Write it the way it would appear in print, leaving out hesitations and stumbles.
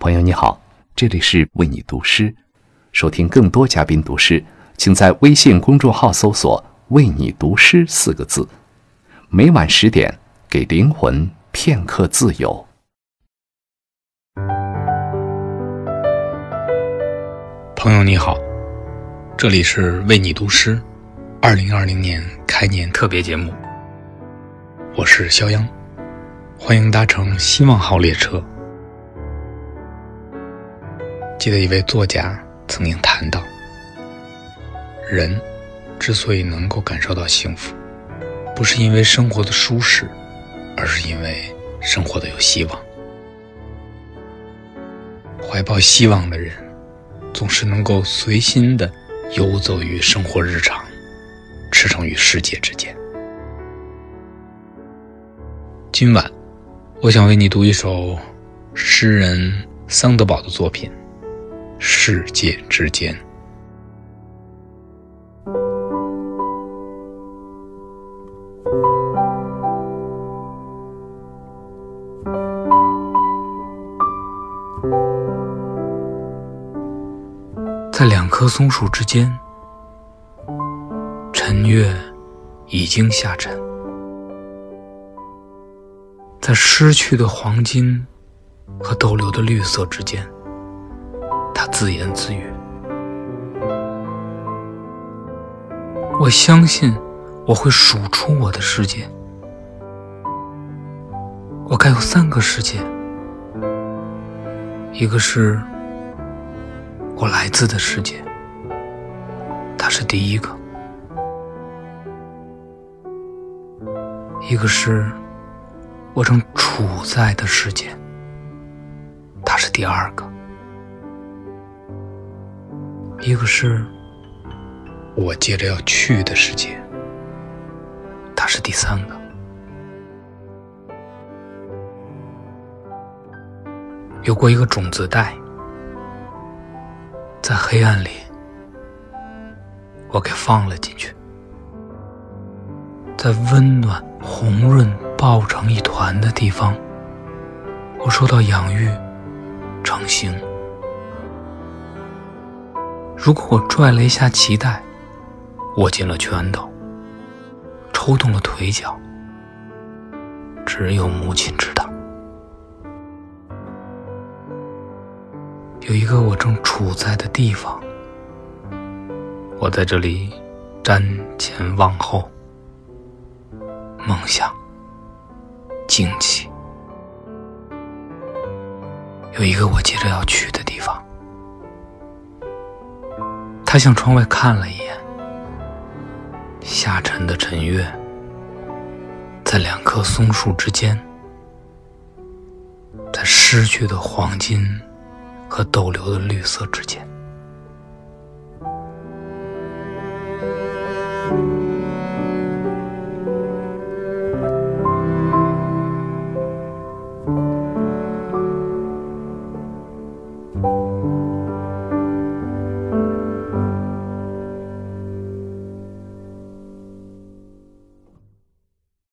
朋友你好，这里是为你读诗。收听更多嘉宾读诗，请在微信公众号搜索为你读诗4个字。每晚10点，给灵魂片刻自由。 朋友你好，这里是为你读诗2020年开年特别节目，我是肖央，欢迎搭乘希望号列车。记得一位作家曾经谈到，人之所以能够感受到幸福，不是因为生活的舒适，而是因为生活的有希望。怀抱希望的人总是能够随心地游走于生活日常，驰骋于世界之间。今晚我想为你读一首诗人桑德堡的作品《世界之间》。在2棵松树之间，晨月已经下沉。在失去的黄金和逗留的绿色之间，他自言自语：我相信我会数出我的世界，我该有3个世界，一个是我来自的世界，它是第一个；一个是我正处在的世界，它是第2个；一个是我接着要去的世界，它是第3个。有过一个种子带，在黑暗里我给放了进去，在温暖红润抱成一团的地方，我受到养育成型。如果我拽了一下脐带，握紧了拳头，抽动了腿脚，只有母亲知道。有一个我正处在的地方，我在这里瞻前望后，梦想惊奇。有一个我接着要去的地方，他向窗外看了一眼，下沉的晨月在2棵松树之间，在失去的黄金和逗留的绿色之间。